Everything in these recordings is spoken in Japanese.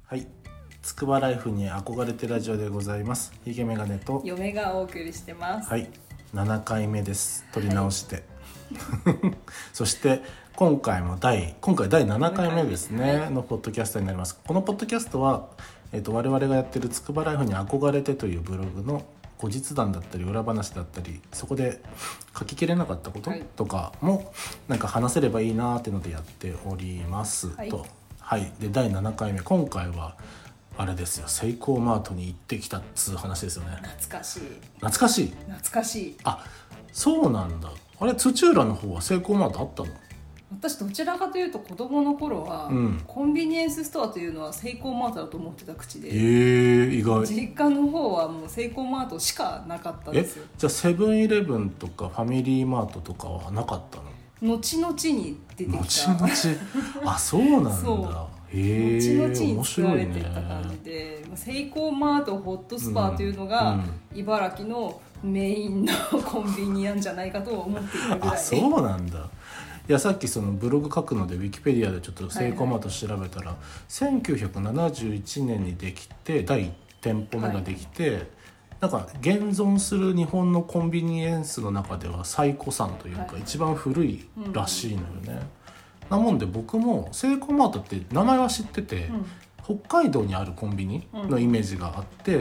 はい、つくばライフに憧れてラジオでございます。ひげメガネと嫁がお送りしてます。 はい、7回目です。撮り直して、そして今回第7回目ですね、のポッドキャストになります。このポッドキャストは、我々がやってるつくばライフに憧れてというブログの後日談だったり裏話だったり、そこで書ききれなかったこととかもなんか話せればいいなっていうのでやっておりますと。はい、で第7回目、今回はあれですよ、セイコーマートに行ってきたっつう話ですよね。 懐かしい。 懐かしい。あ、そうなんだ。あれ、土浦の方はセイコーマートあったの？ 私どちらかというと子供の頃は、コンビニエンスストアというのはセイコーマートだと思ってた口で、 意外。 実家の方はもうセイコーマートしかなかったんですよ。 じゃあセブンイレブンとかファミリーマートとかはなかったの？ 後々に出てきた。 あ、そうなんだ。 そう、後々に作られていった感じで、セイコーマートホットスパーというのが、茨城のメインのコンビニなんじゃないかと思っているぐらい。 あ、そうなんだ。いや、さっきそのブログ書くのでウィキペディアでちょっとセイコーマート調べたら、1971年にできて第1店舗目ができて、なんか現存する日本のコンビニエンスの中では最古参というか、一番古いらしいのよね。なもんで僕もセイコーマートって名前は知ってて、北海道にあるコンビニのイメージがあって、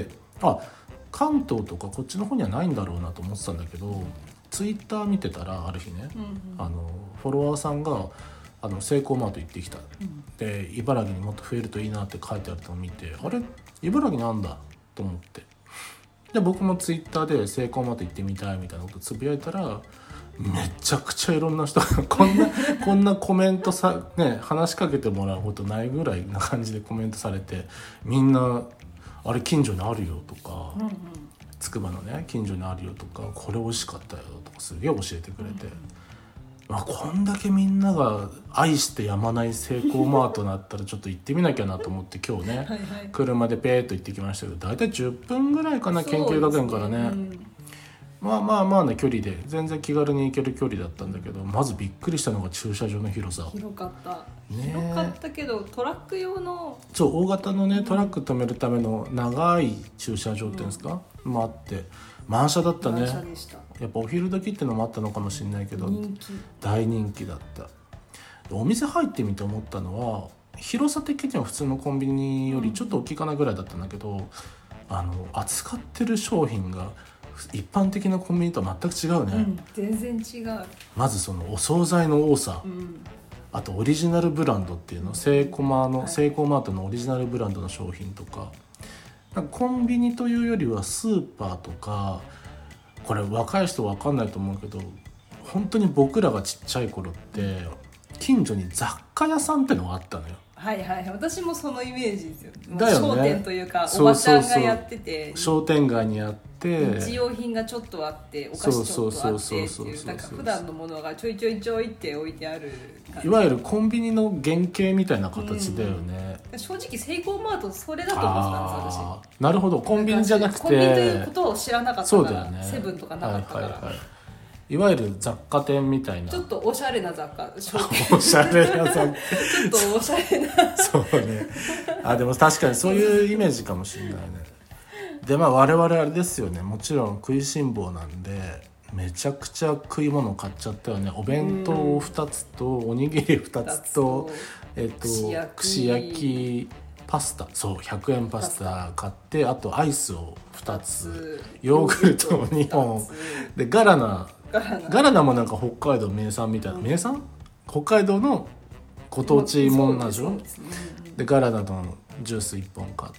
関東とかこっちの方にはないんだろうなと思ってたんだけど、ツイッター見てたらある日ね、フォロワーさんがセイコーマート行ってきた、で茨城にもっと増えるといいなって書いてあるのを見て、あれ茨城にあんだと思って、で僕もツイッターでセイコーマート行ってみたいみたいなことつぶやいたら、めちゃくちゃいろんな人がこんなコメント話しかけてもらうことないぐらいな感じでコメントされて、みんなあれ近所にあるよとか、つくばのね近所にあるよとか、これ美味しかったよとかすげえ教えてくれて、こんだけみんなが愛してやまないセイコーマートになったらちょっと行ってみなきゃなと思って今日ね車でペーっと行ってきましたけど、大体10分ぐらいかな、研究学園からね。まあな距離で全然気軽に行ける距離だったんだけど、まずびっくりしたのが駐車場の広さ。 広かった、広かったけどトラック用の大型のねトラック止めるための長い駐車場っていうんですか、もあって満車だったね。やっぱお昼時ってのもあったのかもしれないけど、大人気だった。お店入ってみて思ったのは、広さ的には普通のコンビニよりちょっと大きいかなぐらいだったんだけど、扱ってる商品が一般的なコンビニとは全く違うね、 全然違う。 まずそのお惣菜の多さ、あとオリジナルブランドっていうの、セイコーマートのオリジナルブランドの商品とか、なんかコンビニというよりはスーパーとか、これ若い人分かんないと思うけど、本当に僕らがちっちゃい頃って近所に雑貨屋さんってのがあったのよ。 私もそのイメージですよ。 だよね、 商店というかおばちゃんがやってて、 商店街にあって日用品がちょっとあって、お菓子ちょっとあってっていう、なんか普段のものがちょいちょいって置いてある感じ、 いわゆるコンビニの原型みたいな形だよね。 正直セイコーマートそれだと思ってたんです私。 なるほど、コンビニじゃなくてコンビニということを知らなかったから、 ね、 セブンとかなかったから、 いわゆる雑貨店みたいな、 ちょっとおしゃれな雑貨おしゃれな雑貨ちょっとおしゃれなそうね。でも確かにそういうイメージかもしれないね。で我々あれですよね、もちろん食いしん坊なんでめちゃくちゃ食い物買っちゃったよね。お弁当2つとおにぎり2つと串焼きパスタ、100円パスタ買って、あとアイスを2つ、ヨーグルトを2本で、ガラナもなんか北海道名産みたいな、名産北海道のご当地もんなんでしょ。でガラナのジュース1本買って、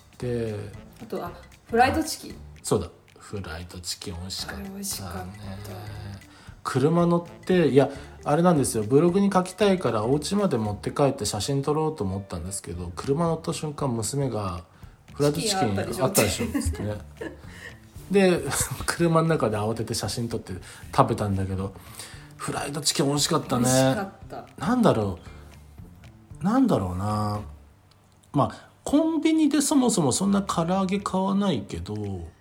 あとフライドチキン。 そうだ、フライドチキン美味しかったね。車乗って、いやあれなんですよ、ブログに書きたいからお家まで持って帰って写真撮ろうと思ったんですけど、車乗った瞬間娘がフライドチキンあったでしょってねで車の中で慌てて写真撮って食べたんだけど、フライドチキン美味しかったね。 美味しかった。 なんだろうな、コンビニでそもそもそんな唐揚げ買わないけど、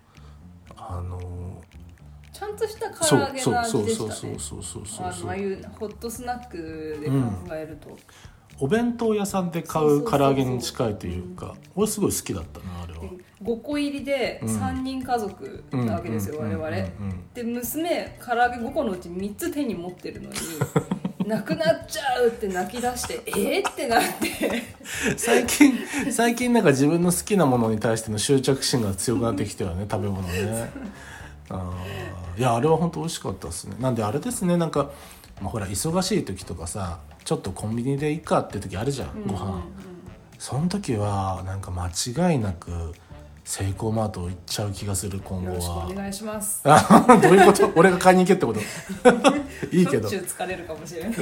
ちゃんとした唐揚げの味でしたね。ああいうホットスナックで考えると、 お弁当屋さんで買う唐揚げに近いというか、俺すごい好きだったなあれは。 5個入りで3人家族なわけですよ、我々で。娘唐揚げ5個のうち3つ手に持ってるのになくなっちゃうって泣き出してってなって最近なんか自分の好きなものに対しての執着心が強くなってきてはね食べ物ね。いやあれは本当美味しかったですね。なんであれですね、なんか、ほら忙しい時とかさちょっとコンビニでいいかって時あるじゃん、ご飯。その時はなんか間違いなくセイコーマート行っちゃう気がする今後は。 よろしくお願いします。 どういうこと？俺が買いに行けってこと？いいけど。 しょっちゅう疲れるかもしれない。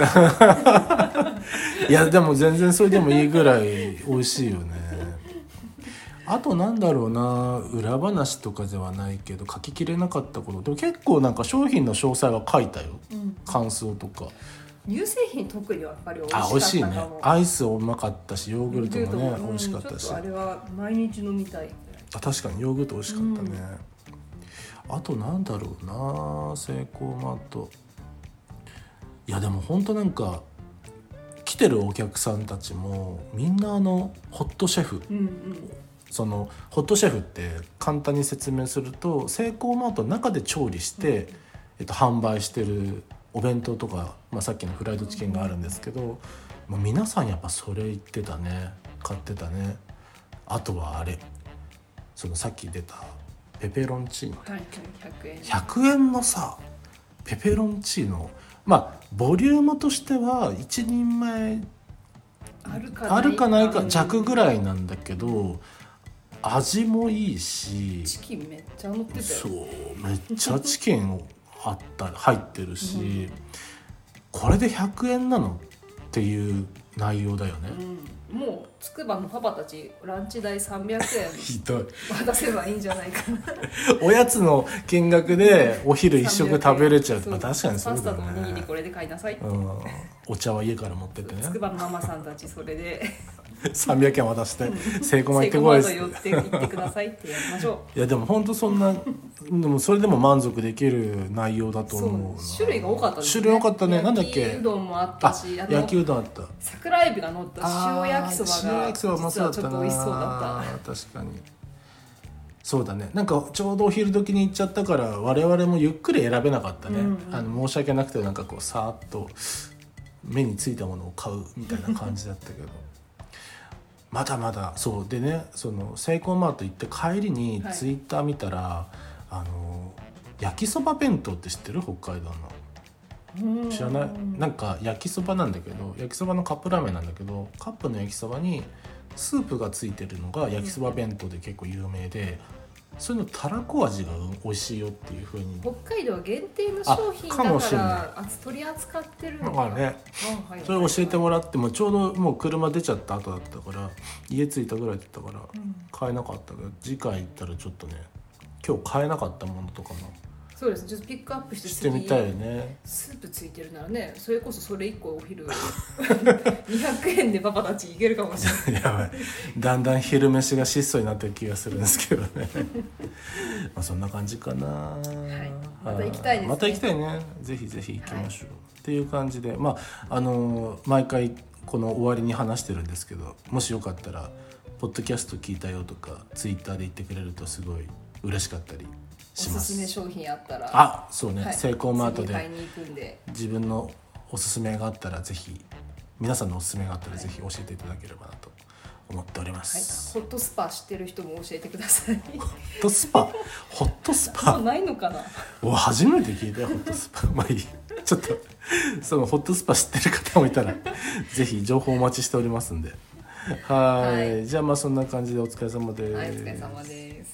いやでも全然それでもいいぐらい美味しいよね。あとなんだろうな、裏話とかではないけど書ききれなかったこと、でも結構なんか商品の詳細は書いたよ、感想とか。 乳製品特にやっぱり美味しかったかも。 美味しいね。アイスうまかったしヨーグルトもね美味しかったし、 ちょっとあれは毎日飲みたい。 確かにヨーグルト美味しかったね、あとなんだろうな、セイコーマート。いやでも本当なんか来てるお客さんたちもみんなホットシェフ、そのホットシェフって簡単に説明するとセイコーマートの中で調理して、販売してるお弁当とか、さっきのフライドチキンがあるんですけど、もう皆さんやっぱそれ言ってたね、買ってたね。あとはあれ、そのさっき出たペペロンチーノ、100円のさペペロンチーノ、ボリュームとしては1人前あるかないか弱ぐらいなんだけど、味もいいしチキンめっちゃ乗ってたよ。 そうめっちゃチキン入ってるし、これで100円なのっていう内容だよね、 もうつくばのパパたちランチ代300円ひどい渡せばいいんじゃないかなおやつの金額でお昼一食食べれちゃう。確かにそうだよね。 パスタとおにぎりこれで買いなさい、 お茶は家から持ってってね。 つくばのママさんたちそれで 300円渡してセイコーマート行ってこいです。 セイコーマート寄って行ってくださいってやりましょう。いやでも本当そんなでもそれでも満足できる内容だと思う。 種類が多かったですね。 種類多かったね。なんだっけ、 焼きうどんもあったし、 焼きうどんあった、 桜エビが乗った塩焼きそばが実はちょっと美味しそうだった。 確かにそうだね。なんかちょうどお昼時に行っちゃったから我々もゆっくり選べなかったね、申し訳なくて、なんかこうさーっと目についたものを買うみたいな感じだったけどまだまだそうでね、そのセイコーマート行って帰りにツイッター見たら、焼きそば弁当って知ってる？北海道の。知らない？なんか焼きそばなんだけど、焼きそばのカップラーメンなんだけど、カップの焼きそばにスープがついてるのが焼きそば弁当で結構有名で、それのたらこ味が美味しいよっていう風に。 北海道は限定の商品だから取り扱ってるのかな、 ね、それ教えてもらってもちょうどもう車出ちゃった後だったから家着いたぐらいだったから買えなかったけど、次回行ったらちょっとね、今日買えなかったものとかもそうですね、ちょっとピックアップしてみたいよね。 スープついてるならね、それこそそれ1個お昼200円でパパたちいけるかもしれない。 やばい、だんだん昼飯が質素になってる気がするんですけどねそんな感じかな、 また行きたいですね。 また行きたいね。ぜひぜひ行きましょう、っていう感じで、毎回この終わりに話してるんですけど、もしよかったらポッドキャスト聞いたよとかツイッターで言ってくれるとすごい嬉しかったりします。 おすすめ商品あったら、 そうね、セイコーマートで買いに行くんで、 自分のおすすめがあったらぜひ、皆さんのおすすめがあったらぜひ教えていただければなと思っております、 ホットスパ知ってる人も教えてください。 ホットスパもうないのかな。 初めて聞いたよ、ホットスパまあいい、ちょっとそのホットスパ知ってる方もいたらぜひ情報お待ちしておりますんで、はい、じゃあそんな感じでお疲れ様です。 はい、お疲れ様です。